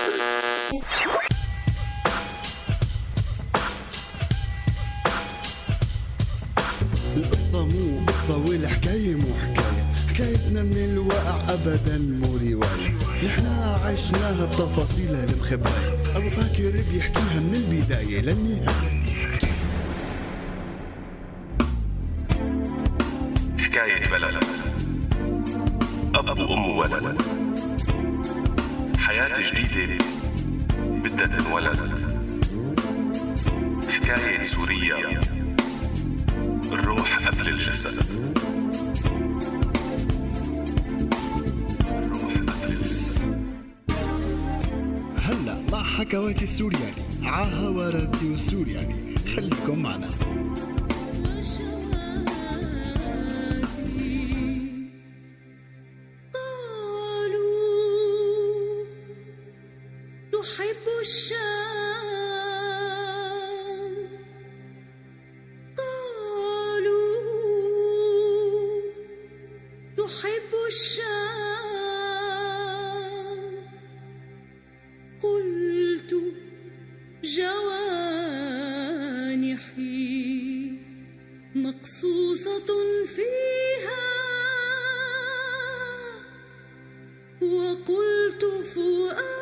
القصة مو قصة والحكاية مو حكاية، حكايتنا من الواقع أبدا مو رواية، نحنا عشناها بتفاصيلها المخباية، أبو فاكر بيحكيها من البداية للنهاية. حكاية بلد، أب وأم وولد، حياة جديدة بدها تنولد. حكاية سوريا، الروح قبل الجسد. هلا مع حكواتي السورياني عاها راديو سورياني، خليكم معنا. قلت جوانحي مقصوصة فيها، وقلت فؤادي.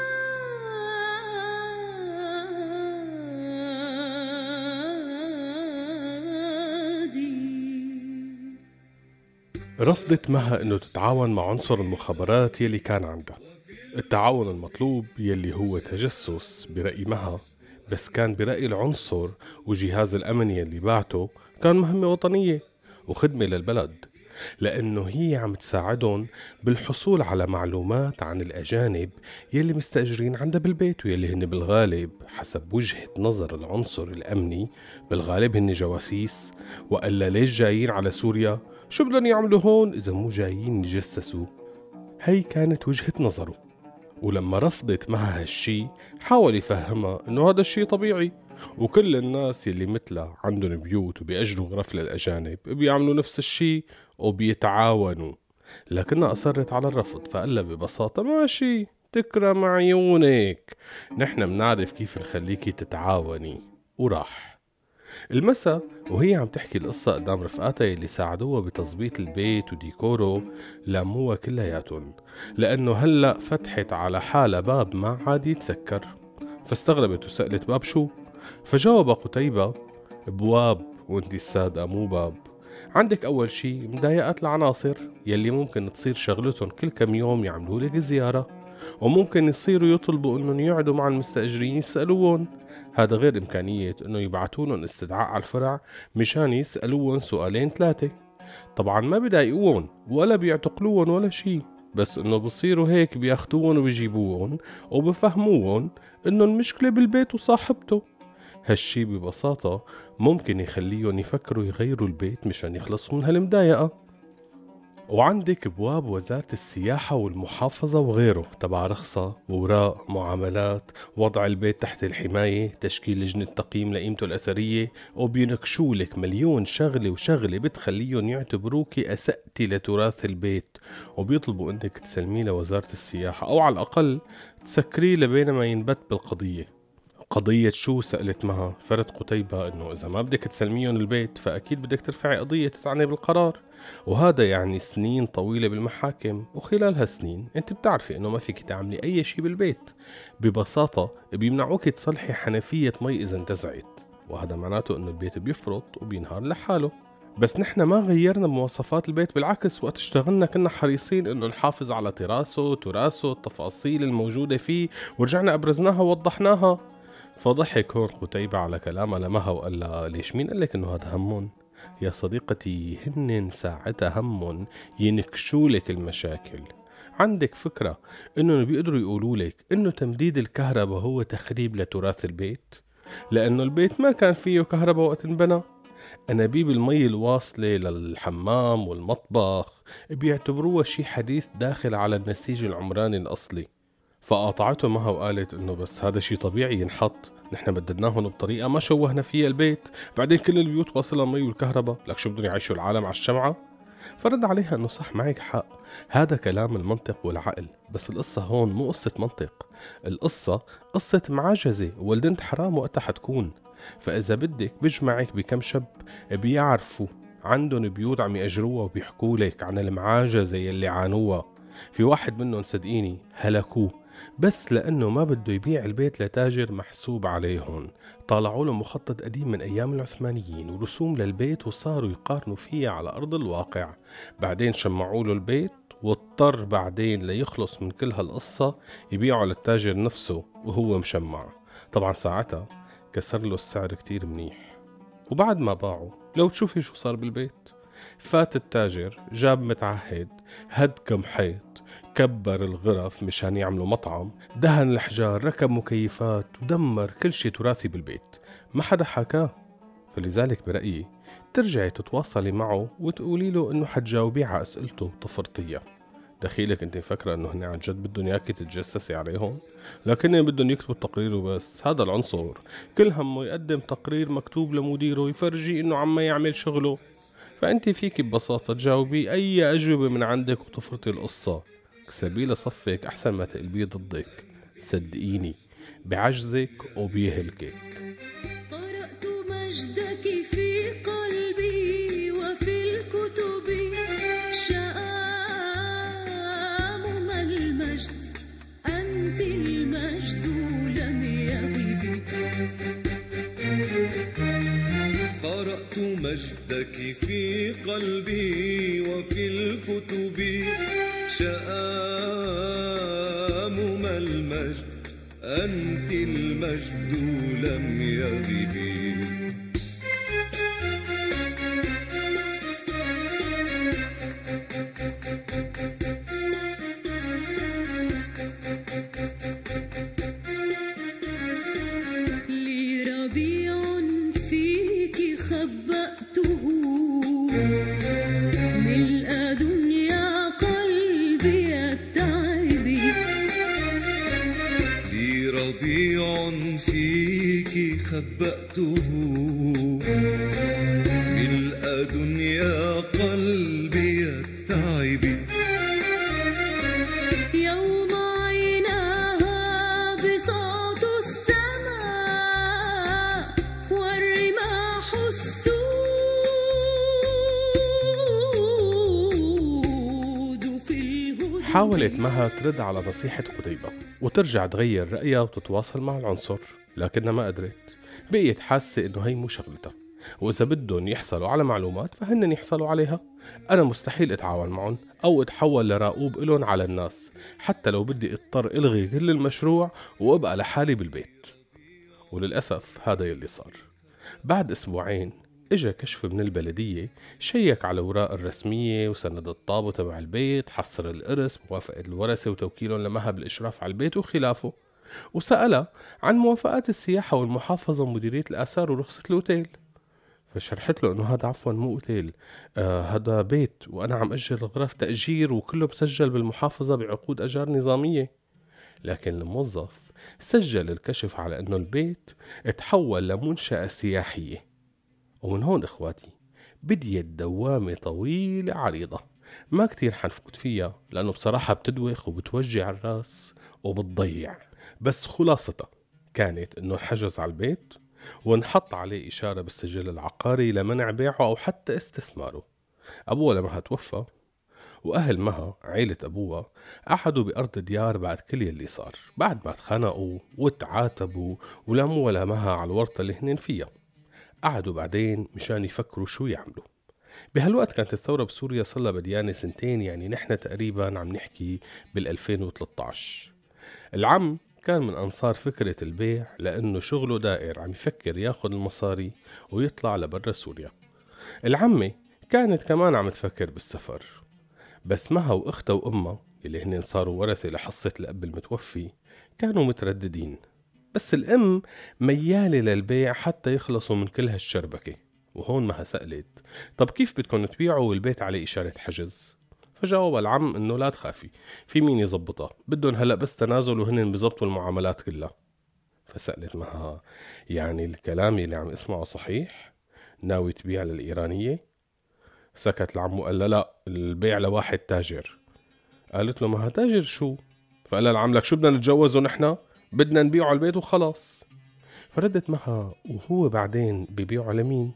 رفضت مها انه تتعاون مع عنصر المخابرات يلي كان عندها. التعاون المطلوب يلي هو تجسس برأي مها، بس كان برأي العنصر وجهاز الأمن يلي بعته كان مهمة وطنية وخدمة للبلد، لأنه هي عم تساعدهم بالحصول على معلومات عن الأجانب يلي مستأجرين عندها بالبيت، ويلي هن بالغالب حسب وجهة نظر العنصر الأمني بالغالب هن جواسيس، وإلا ليش جايين على سوريا؟ شو بدهم يعملوا هون إذا مو جايين يجسسوا؟ هي كانت وجهة نظره. ولما رفضت معها هالشي حاول يفهمها انه هذا الشي طبيعي، وكل الناس يلي مثلها عندهم بيوت وبيأجروا غرف للأجانب بيعملوا نفس الشي وبيتعاونوا، لكنها أصرت على الرفض. فقال لها ببساطة ماشي تكرم عيونك، نحن بنعرف كيف نخليكي تتعاوني، وراح. المسا وهي عم تحكي القصة قدام رفقاتها اللي ساعدوها بتظبيط البيت وديكوره لاموها كلياتهم، لأنه هلأ فتحت على حالة باب ما عاد يتسكر. فاستغربت وسألت باب شو؟ فجاوب قتيبة بواب وانتي الصادقة مو باب. عندك أول شي مضايقات العناصر يلي ممكن تصير شغلتهم كل كم يوم يعملوا لك زيارة، وممكن يصيروا يطلبوا انهم يقعدوا مع المستأجرين يسألوهم، هذا غير إمكانية انه يبعتولهم استدعاء على الفرع مشان يسألوهم سؤالين ثلاثة. طبعا ما بيضايقوهم ولا بيعتقلوهم ولا شي، بس انه بصيروا هيك بياخدوهم وبيجيبوهم وبفهموهم انه المشكلة بالبيت وصاحبته. هالشي ببساطة ممكن يخليهم يفكروا يغيروا البيت مشان يخلصوا من هالمضايقة. وعندك بواب وزارة السياحة والمحافظة وغيره تبع رخصة ووراق معاملات، وضع البيت تحت الحماية، تشكيل لجنة تقييم لقيمته الأثرية، وبينكشولك مليون شغلة بتخليهم يعتبروكي أسأتي لتراث البيت، وبيطلبوا انك تسلميه لوزارة السياحة أو على الأقل تسكريه لبينما ينبت بالقضية. قضية شو؟ سألت معها. فرد قتيبة انه اذا ما بدك تسلميهم البيت فاكيد بدك ترفعي قضية تتعني بالقرار، وهذا يعني سنين طويلة بالمحاكم، وخلال هالسنين انت بتعرفي انه ما فيك تعملي اي شي بالبيت. ببساطة بيمنعوك تصلحي حنفية مي اذا انتزعت، وهذا معناته انه البيت بيفرط وبينهار لحاله. بس نحن ما غيرنا مواصفات البيت، بالعكس وقت اشتغلنا كنا حريصين انه نحافظ على تراثه التفاصيل الموجودة فيه، ورجعنا ابرزناها ووضحناها. فضحك هون قتيبة على كلامها لمها وقال لها ليش مين قالك انه هذا همون؟ يا صديقتي هن ساعتها همون ينكشولك المشاكل. عندك فكرة انه بيقدروا يقولولك انه تمديد الكهرباء هو تخريب لتراث البيت، لانه البيت ما كان فيه كهرباء وقت انبنى. أنابيب المي الواصلة للحمام والمطبخ بيعتبروها شي حديث داخل على النسيج العمراني الأصلي. فقاطعته معها وقالت انه بس هذا شي طبيعي ينحط، نحن بددناهم بطريقة ما شوهنا فيها البيت، بعدين كل البيوت واصلها مي والكهرباء، لك شو بدهم يعيشوا العالم على الشمعة؟ فرد عليها انه صح، معك حق، هذا كلام المنطق والعقل، بس القصة هون مو قصة منطق، القصة قصة معاجزة وولدنت حرام وقتها حتكون. فإذا بدك بجمعك بكم شاب بيعرفوا عندهم بيوت عم يأجروها وبيحكوا لك عن المعاجزة يلي عانوها. في واحد منهم صدقيني هلكوه بس لأنه ما بده يبيع البيت لتاجر محسوب عليهم. طالعوا له مخطط قديم من أيام العثمانيين ورسوم للبيت وصاروا يقارنوا فيها على أرض الواقع. بعدين شمعوا له البيت واضطر بعدين ليخلص من كل هالقصة يبيعه للتاجر نفسه وهو مشمع. طبعا ساعتها كسر له السعر كتير منيح. وبعد ما باعوا لو تشوفي شو صار بالبيت، فات التاجر جاب متعهد، هد كم حيط، كبر الغرف مشان يعملوا مطعم، دهن الحجار، ركب مكيفات ودمر كل شي تراثي بالبيت، ما حدا حكاه. فلذلك برأيي ترجعي تتواصلي معه وتقولي له انه حتجاوبيه على اسئلته وتفرطيه. دخيلك انت فكرة انه هن عن جد بدهم اياكي تتجسسي عليهم؟ لكن بدهم يكتبوا التقرير وبس. هذا العنصر كل همه يقدم تقرير مكتوب لمديره يفرجي انه عم يعمل شغله. فانت فيك ببساطة تجاوبي اي اجوبة من عندك وتفرطي القصة، كسبي لصفك احسن ما تقلبيه ضدك. صدقيني بعجزك وبيهلكك. قرأت مجدك في قلبي وفي الكتب، شآم المجد أنت المجد لم يغب. قرأت مجدك في قلبي وفي الكتب، شآم المجد أنت المجد لم يغب. لي ربيع فيك خبأته، ملء دنيا قلبي التعب. لي ربيع فيك خبأته، ملء دنيا قلبي التعب. يوم عيناها بساط السماء والرماح السود في الهدوء. حاولت مها ترد على نصيحة قتيبة وترجع تغير رأيها وتتواصل مع العنصر، لكنها ما قدرت. بقيت حاسة انه هي مو شغلتها، واذا بدهم يحصلوا على معلومات فهن يحصلوا عليها. انا مستحيل اتعاون معهم او اتحول لراقوب إلهم على الناس، حتى لو بدي اضطر الغي كل المشروع وابقى لحالي بالبيت. وللأسف هذا يلي صار. بعد اسبوعين اجا كشف من البلدية، شيك على الأوراق الرسمية وسند الطابو تبع البيت، حصر الإرث، موافقة الورثة وتوكيلهم لمها بالإشراف على البيت وخلافه، وسألها عن موافقات السياحة والمحافظة ومديرية الآثار ورخصة الأوتيل. فشرحت له انه هذا عفوا مو اوتيل، هذا بيت وانا عم اجر الغرف تأجير وكله مسجل بالمحافظة بعقود اجار نظامية. لكن الموظف سجل الكشف على انه البيت اتحول لمنشأة سياحية. ومن هون اخواتي بديت دوامة طويلة عريضة ما كتير حنفوت فيها، لانه بصراحة بتدوخ وبتوجع الراس وبتضيع. بس خلاصتها كانت انه الحجز على البيت ونحط عليه إشارة بالسجل العقاري لمنع بيعه أو حتى استثماره. أبوها لمها توفى، وأهل مها عيلة أبوها قعدوا بأرض ديار بعد كل يلي صار، بعد ما تخانقوا وتعاتبوا ولموا لمها على الورطة اللي هنين فيها. قعدوا بعدين مشان يفكروا شو يعملوا. بهالوقت كانت الثورة بسوريا صلها بديانة 2 يعني نحن تقريبا عم نحكي بال2013. العم كان من أنصار فكرة البيع لأنه شغله دائر، عم يفكر ياخد المصاري ويطلع لبرا سوريا. العمة كانت كمان عم تفكر بالسفر، بس مها وأختها وأمها اللي هن صاروا ورثة لحصة الأب المتوفي كانوا مترددين. بس الأم ميالة للبيع حتى يخلصوا من كل هالشربكة. وهون مها سألت طب كيف بدكم تبيعوا والبيت عليه إشارة حجز؟ فجاوب العم انه لا تخافي، في مين يزبطها، بدهم هلأ بس تنازل وهن بزبطوا المعاملات كلها. فسألت معها يعني الكلام اللي عم اسمعه صحيح؟ ناوي تبيع للإيرانية؟ سكت العم وقال له لا، البيع لواحد تاجر. قالت له ما تاجر شو؟ فقال العم لك شو بدنا نتجوزه نحن؟ بدنا نبيعه البيت وخلاص. فردت معها وهو بعدين بيبيعه لمين؟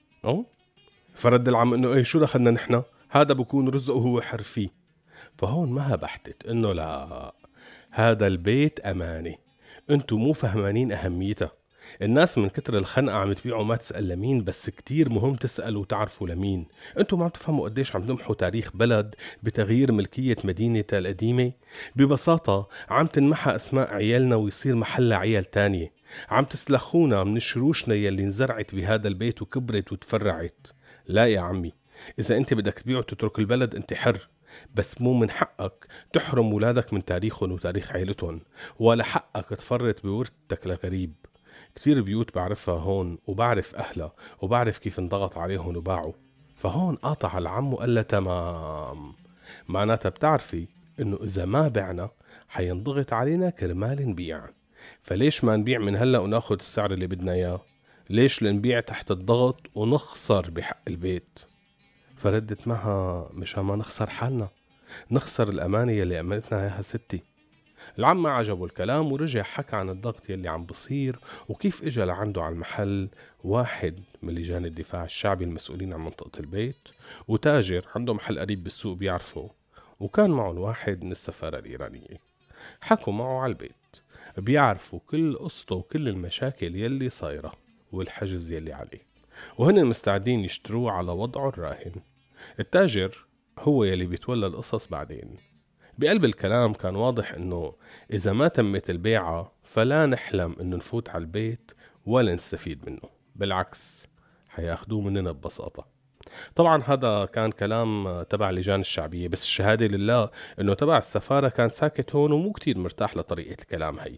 فرد العم انه ايه شو دخلنا نحن؟ هذا بكون رزقه وهو حر فيه. فهون مها بحثت انه لا، هذا البيت امانه، انتو مو فهمانين اهميتها. الناس من كتر الخنقة عم تبيعوا ما تسأل لمين، بس كتير مهم تسألوا وتعرفوا لمين. انتو ما عم تفهموا قديش عم تمحوا تاريخ بلد بتغيير ملكية مدينتها القديمة. ببساطة عم تنمحى اسماء عيالنا ويصير محلها عيال تانية. عم تسلخونا من شروشنا يلي انزرعت بهذا البيت وكبرت وتفرعت. لا يا عمي، اذا انت بدك تبيع وتترك البلد انت حر، بس مو من حقك تحرم ولادك من تاريخهم وتاريخ عيلتهم، ولا حقك تفرط بورثتك لغريب. كتير بيوت بعرفها هون وبعرف أهلها وبعرف كيف انضغط عليهم وباعوا. فهون قاطع العم وقال له تمام، معناتها بتعرفي إنه إذا ما بعنا حينضغط علينا كرمال نبيع، فليش ما نبيع من هلأ وناخد السعر اللي بدنا إياه؟ ليش لنبيع تحت الضغط ونخسر بحق البيت؟ فردت معها مشان ما نخسر حالنا، نخسر الأمانة يلي أمنتنا إياها ستي. العم ما عجبه الكلام ورجع حكى عن الضغط يلي عم بصير وكيف اجى لعنده على المحل واحد من لجان الدفاع الشعبي المسؤولين عن منطقة البيت، وتاجر عنده محل قريب بالسوق بيعرفه، وكان معهم واحد من السفارة الإيرانية. حكوا معه على البيت، بيعرفوا كل قصته وكل المشاكل يلي صايرة والحجز يلي عليه، وهن مستعدين يشتروه على وضعه الراهن. التاجر هو يلي بيتولى القصص بعدين. بقلب الكلام كان واضح انه اذا ما تمت البيعة فلا نحلم انه نفوت على البيت ولا نستفيد منه، بالعكس حياخدوه مننا ببساطة. طبعا هذا كان كلام تبع اللجان الشعبية، بس الشهادة لله انه تبع السفارة كان ساكت هون ومو كتير مرتاح لطريقة الكلام هي.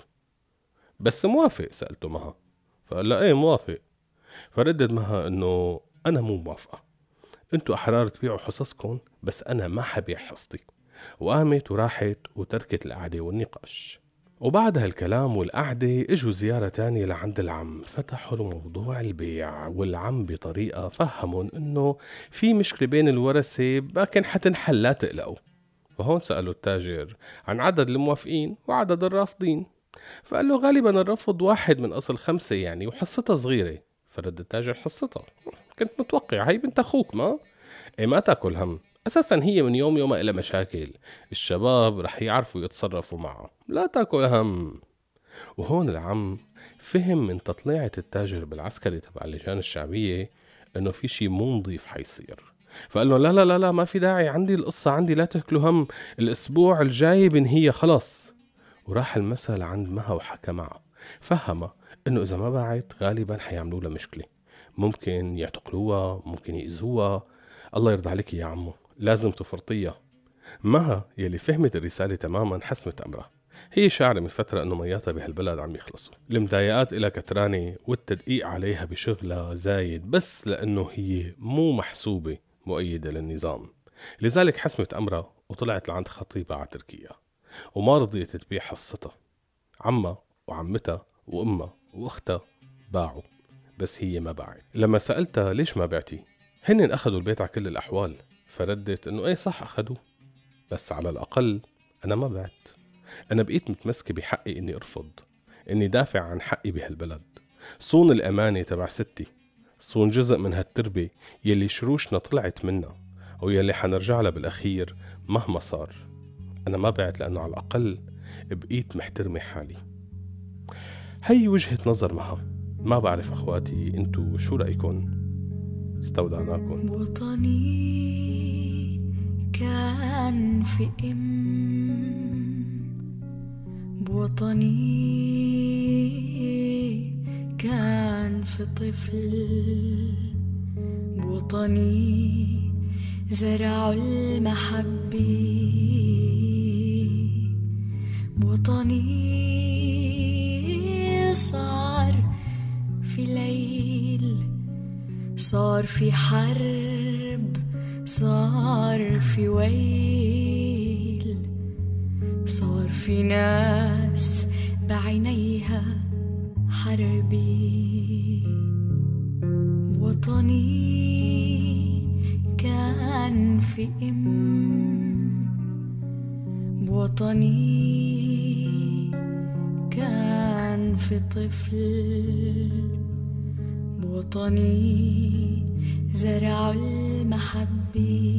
بس موافق؟ سألته مها، فقال لا ايه موافق. فردد مها انه انا مو موافقة، انتوا احرار تبيعوا حصصكم بس انا ما حبيع حصتي. وقامت وراحت وتركت القعدة والنقاش. وبعد هالكلام والقعدة اجوا زيارة تانية لعند العم، فتحوا موضوع البيع، والعم بطريقة فهمون انه في مشكلة بين الورثة لكن حتنحل لا تقلقوا. فهون سألوا التاجر عن عدد الموافقين وعدد الرافضين، فقال له غالبا الرفض 1 من أصل 5 يعني، وحصتها صغيرة. فرد التاجر حصتها كنت متوقع، هي بنت أخوك ما تاكل هم، أساسا هي من يوم إلى مشاكل، الشباب رح يعرفوا يتصرفوا معه، لا تاكل هم. وهون العم فهم من تطليعة التاجر بالعسكري تبع اللجان الشعبية إنه في شي مو نظيف حيصير. فقال له لا لا لا لا ما في داعي، عندي القصة عندي، لا تاكلوا هم، الأسبوع الجاي بنهي خلاص. وراح المسألة عند مها وحكى معه، فهمها إنه إذا ما باعت غالبا حيعملوا لها مشكلة، ممكن يعتقلوها، ممكن يأذوها. الله يرضى عليك يا عمو، لازم تفرطيها. مها يلي فهمت الرسالة تماما حسمت أمرها. هي شاعرة من فترة أنه مياتها بهالبلد عم يخلصوا، المضايقات إلها كترانة والتدقيق عليها بشغلها زايد، بس لأنه هي مو محسوبة مؤيدة للنظام. لذلك حسمت أمرها وطلعت لعند خطيبها على تركيا، وما رضيت تبيع حصتها. عمها وعمتها وأمها وأختها باعوا، بس هي ما باعت. لما سألتها ليش ما بعتي؟ هن أخذوا البيت على كل الأحوال. فردت إنه إيه صح أخذوه، بس على الأقل أنا ما بعت. أنا بقيت متمسكة بحقي إني أرفض، إني دافع عن حقي بهالبلد، صون الأمانة تبع ستي، صون جزء من هالتربة يلي شروشنا طلعت منها ويلي حنرجع لها بالأخير مهما صار. أنا ما بعت لأنه على الأقل بقيت محترمة حالي. هي وجهة نظر مها. ما بعرف أخواتي أنتوا شو رأيكم؟ استودعناكم. وطني كان في بوطني كان في طفل، بوطني زرعوا المحبة، بوطني صار في ليل، صار في حرب، صار في ويل، صار في ناس بعينيها حربي. وطني كان في بوطني كان في طفل بوطني زرع المحبة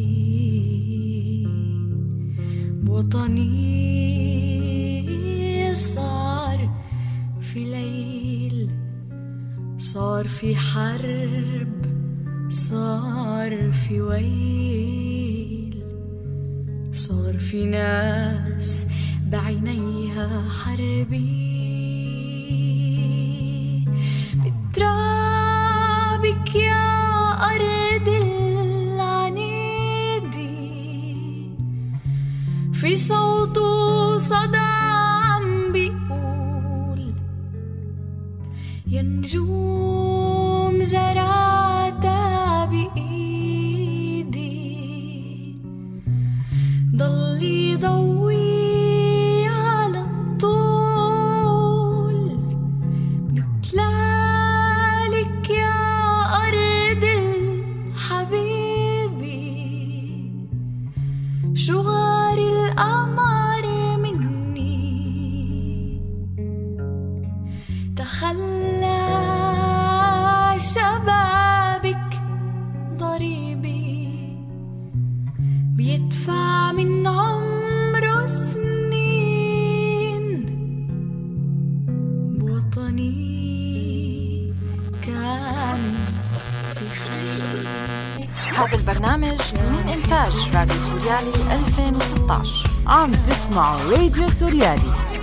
بوطني صار في ليل صار في حرب صار في ويل صار في ناس بعينيها حربي بترابك يا أرض العنيدي في صوته صدى عم بيقول يا نجوم زرعتها بإيدي ضلي ضوي على الطول بنتلالك يا أرض الحبيبي شغار القمر مني تخلى شبابك ضريبي بيدفع من عمره سنين بوطني كان في خير. هذا البرنامج من إنتاج راديو سوريالي 2016. عم تسمعوا راديو سوريالي.